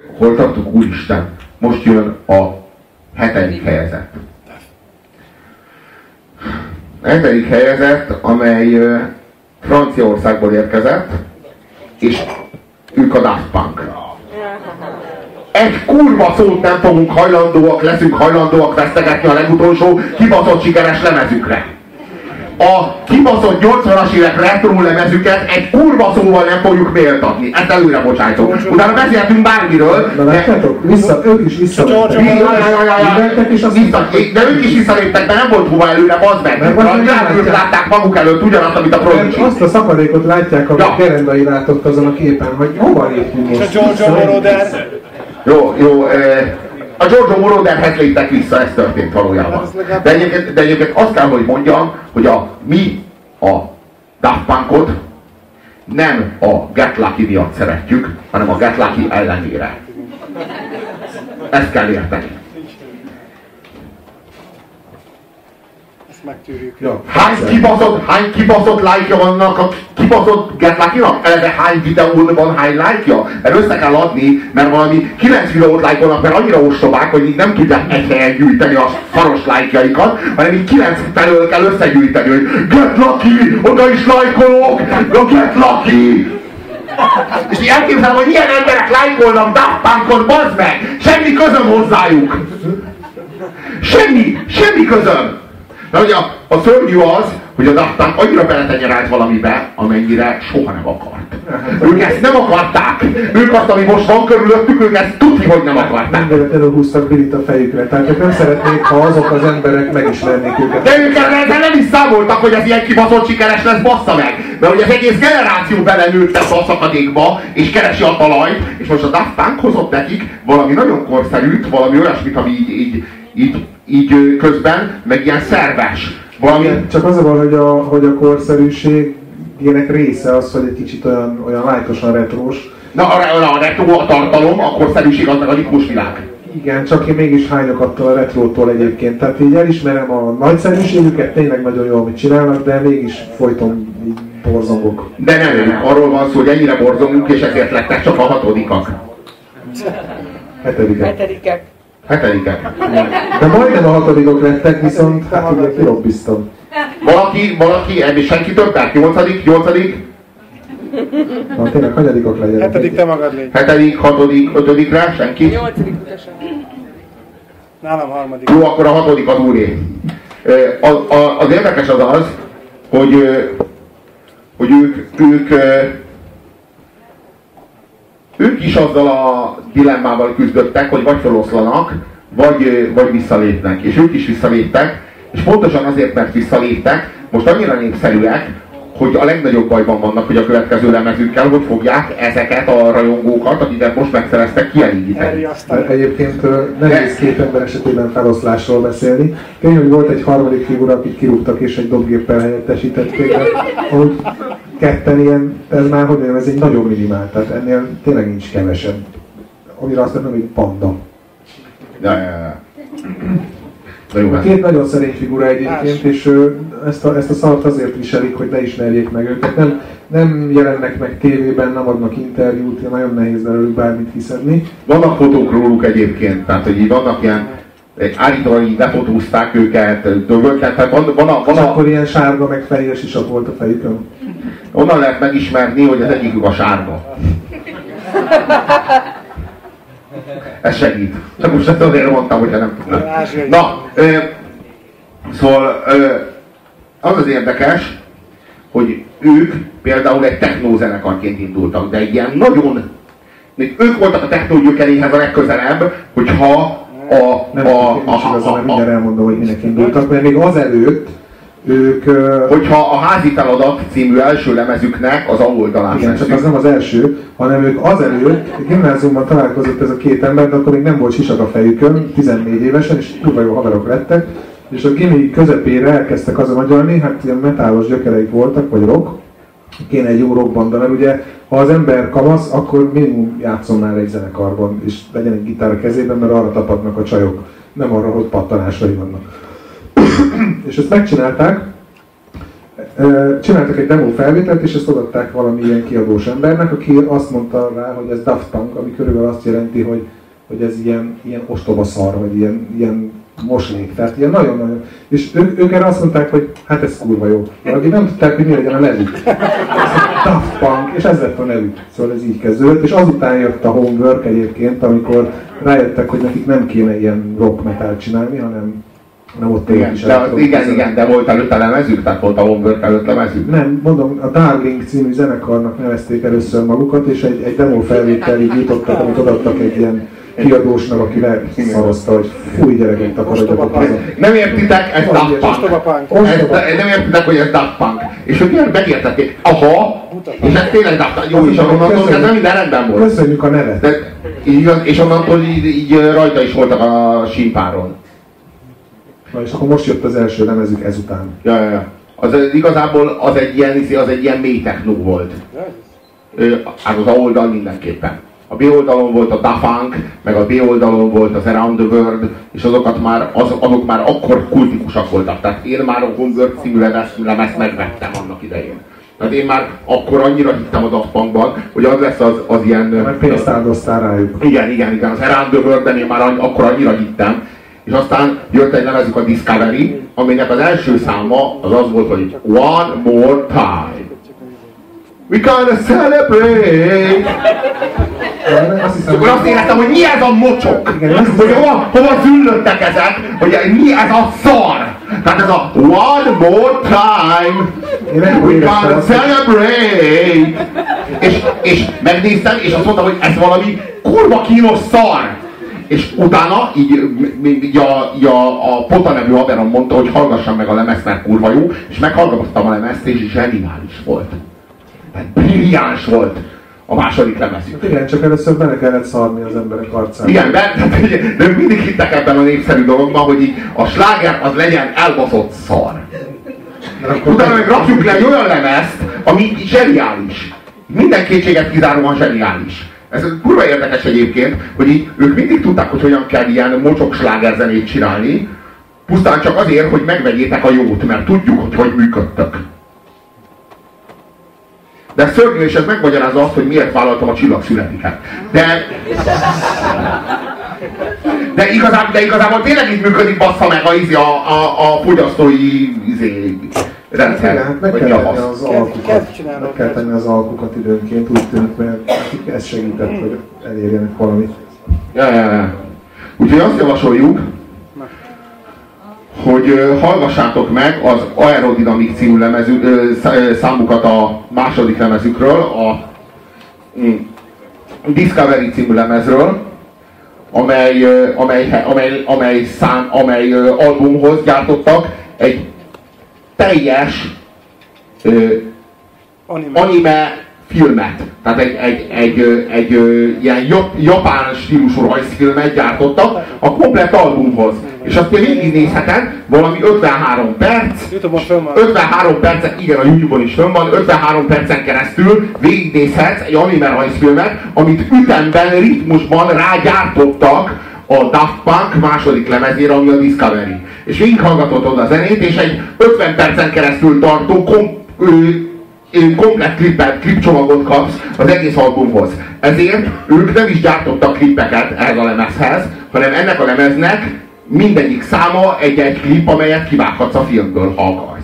hol tartunk, úristen? Most jön a 7. helyezett. A 7. helyezett, amely Franciaországból érkezett, és ők a Daft Punk. Egy kurva szót nem leszünk hajlandóak vesztegetni a legutolsó kibaszott sikeres lemezükre. A kibaszott 80-as évek retro lemezüket egy kurva szóval nem fogjuk méltatni. Ezt előre bocsájtok. Utána beszélhetünk bármiről. Na látjátok? Ők is visszaléptek. De ők is visszaléptek, de nem volt hova előre, bazd meg. Ők látták maguk előtt ugyanazt, amit a Prodigy. Azt a szakadékot látják, amit Gerendai látott azon a képen, hogy hova léptünk most. És a Giorgio Moroder. Jó. A Giorgio Moroderhez léptek vissza, ez történt valójában. De egyébként azt kell, hogy mondjam, hogy mi a Daft Punkot nem a Get Lucky miatt szeretjük, hanem a Get Lucky ellenére. Ezt kell érteni. Megtűrjük. Hány kibaszott like-ja vannak a kibaszott Get Lucky-nak? Eleve hány videón van hány like-ja? Mert össze kell adni, mert valami 9 videót like-olnak, mert annyira ostobák, hogy így nem tudják egy helyen gyűjteni a szaros like-jaikat, hanem így 9 felől kell összegyűjteni, hogy Get Lucky, oda is like-olok, Get Lucky! És így elképzelem, hogy ilyen emberek like-olnak Daft Punkot, bazd meg! Semmi közöm hozzájuk! Semmi közöm! De ugye a szörnyű az, hogy a Daft Punk annyira beletenyerált valamibe, amennyire soha nem akart. Ők ezt nem akarták! Ők azt, ami most van körülöttük, ők ezt tudni, hogy nem akarták. Mindenet előhúztak Billit a fejükre, tehát ők nem szeretnék, ha azok az emberek megismernék őket. De ők ezzel nem is számoltak, hogy ez ilyen kibaszott sikeres lesz, bassza meg! Mert ugye az egész generáció belenőtt a szakadékba, és keresi a talajt, és most a Daft Punk hozott nekik valami nagyon korszerűt, valami olyasmit, ami így közben, meg ilyen szerves. Valami... Csak az a baj, hogy a korszerűségének része az, hogy egy kicsit olyan lájtosan retrós. Na a retro a tartalom, a korszerűség az meg a ritkós világ. Igen, csak én mégis hányok attól a retrótól egyébként. Tehát így elismerem a nagyszerűségüket, tényleg nagyon jól, amit csinálnak, de mégis folyton így borzongok. De nem, arról van szó, hogy ennyire borzongunk, és ezért lettek csak a 6-ak. 7-ek. 7-ek. De majdnem a 6-ok lettek, viszont hát ugye kilobbiztam. Valaki, senki többet? 8. Na tényleg, hanyadikok legyenek? 7. te magad légy. 7., 6., 5-re? Senki? 8. utasa. Nálam 3. Jó, akkor a 6. az úré. Az érdekes az, hogy ők is azzal a dilemmával küzdöttek, hogy vagy feloszlanak, vagy visszalépnek. És ők is visszaléptek, és pontosan azért, mert visszaléptek, most annyira népszerűek, hogy a legnagyobb bajban vannak, hogy a következő lemezükkel hogy fogják ezeket a rajongókat, akiket most megszereztek, kielégíteni. Egyébként nehéz két ember esetében feloszlásról beszélni. Tény, hogy volt egy harmadik figura, akit kirúgtak és egy dobgéppel helyettesítették, de ahogy ketten ilyen, ez már hogy mondjam, ez egy nagyon minimál, tehát ennél tényleg nincs kevesebb. Amire azt mondom, hogy panda. Két nagyon szerény figura egyébként, és ezt a szart azért viselik, hogy ne ismerjék meg őket. Nem jelennek meg tévében, nem adnak interjút, nagyon nehéz belőlük bármit kiszedni. Vannak fotók róluk egyébként, tehát hogy így vannak ilyen, állítólag így lefotózták őket, dögöket, tehát van és akkor ilyen sárga meg fehér sisak volt a fejükön. Onnan lehet megismerni, hogy az egyikük a sárga. Ez segít. Csak most ezt azért mondtam, hogyha nem tudnám. Na, szóval az az érdekes, hogy ők például egy technózenekarként indultak, de egy ilyen nagyon... Ők voltak a technógyökeréhez a legközelebb, hogyha mindjárt elmondom, hogy minek indultak, mert még azelőtt ők... Hogyha a Házi Feladat című első lemezüknek az aloldalán. Igen, csak az nem az első, hanem ők azelőtt, gimnáziumban találkozott ez a két ember, de akkor még nem volt sisak a fejükön, 14 évesen, és kurva jó haverok lettek, és a gimi közepére elkezdtek azon agyalni, hát ilyen metálos gyökereik voltak, vagy rock, kéne egy jó rockbanda, mert ugye, ha az ember kamasz, akkor minimum játszom már egy zenekarban, és legyen egy gitár a kezében, mert arra tapadnak a csajok, nem arra, hogy pattanásai vannak. És ezt megcsinálták, Csináltak egy demo felvételt, és ezt odaadták valami ilyen kiadós embernek, aki azt mondta rá, hogy ez Daft Punk, ami körülbelül azt jelenti, hogy ez ilyen ostoba szar, vagy ilyen moslék. Tehát ilyen nagyon-nagyon. És ők erre azt mondták, hogy hát ez kurva jó. Valaki nem tudták, hogy mi legyen a nevük. Daft Punk, és ez lett a nevük. Szóval ez így kezdődött, és azután jött a Homework egyébként, amikor rájöttek, hogy nekik nem kéne ilyen rock metal csinálni, hanem ott igen, de volt előtte lemezük? Tehát volt a Homework előtt lemezük? Nem, mondom, a Darling című zenekarnak nevezték először magukat, és egy demo felvételig jutottak, amit odaadtak egy ilyen kiadósnak, aki leszarozta, hogy fúj gyerekek, takarodjatok haza. Nem értitek, ez Daft Punk. Nem értitek, hogy ez Daft Punk. És hogy ilyen megértették, aha, és ez tényleg Daft Punk. Jó, és onnantól kezdve minden rendben volt. Köszönjük a nevet. De, és onnantól így rajta is voltak a símpáron. Na és akkor most jött az első lemezük ezután. Ja. Igazából az egy ilyen mély techno volt. Hát az A oldal mindenképpen. A B oldalon volt a Da Funk, meg a B oldalon volt az Around the World, és azok már akkor kultikusak voltak. Tehát én már a Homework című lemezt megvettem annak idején. Tehát én már akkor annyira hittem a Daft Punkban, hogy az lesz az ilyen... Meg pénzt áldoztál rájuk. Igen, az Around the World-ben én már akkor annyira hittem. És aztán jött egy lemezük, a Discovery, aminek az első száma az volt, hogy One More Time. We gonna celebrate! Akkor azt éreztem, hogy mi ez a mocsok? Hogy hova züllöttek ezek? Hogy mi ez a szar? Tehát ez a One More Time! We gonna celebrate! És megnéztem, és azt mondtam, hogy ez valami kurva kínos szar! És utána így a Pota nevű haverom mondta, hogy hallgassam meg a lemezt, mert kurva jó, és meghallgattam a lemezt, és zseniális volt. Tehát brilliáns volt a második lemezük. Igen, csak először bele kellett szarni az emberek arcába. Igen, de mindig hittek ebben a népszerű dologban, hogy így a sláger az legyen elbaszott szar. Utána meg rakjuk le egy olyan lemezt, ami zseniális. Minden kétséget kizáróan zseniális. Ez kurva érdekes egyébként, hogy így ők mindig tudták, hogy hogyan kell ilyen mocsok slágerzenét csinálni, pusztán csak azért, hogy megvegyétek a jót, mert tudjuk, hogy működtök. De szörnyű, és ez megmagyarázza azt, hogy miért vállaltam a csillagszületiket. De igazából tényleg így működik, bassza meg a fogyasztói rendszer. Igen, meg kell tenni az alkukat. Meg kell tenni az alkukat időnként, úgy tűnik, mert ez segített, hogy elérjenek valamit. Ja. Úgyhogy azt javasoljuk, hogy hallgassátok meg az Aerodynamic című számukat a második lemezükről, a Discovery című lemezről, amely albumhoz gyártottak egy teljes anime filmet. Tehát egy ilyen japán stílusú rajzfilmet gyártottak a komplett albumhoz. És azt végignézheted, valami 53 perc. YouTube-on fönn van. 53 percen, igen, a YouTube-on is fönn van, 53 percen keresztül végignézhetsz egy anime rajzfilmet, amit ütemben, ritmusban rágyártottak a Daft Punk második lemezére, ami a Discovery. És végighallgatod a zenét, és egy 50 percen keresztül tartó komplett klipcsomagot kapsz az egész albumhoz. Ezért ők nem is gyártottak klipeket ehhez a lemezhez, hanem ennek a lemeznek mindegyik száma egy klip, amelyet kivághatsz a filmből, ha akarsz.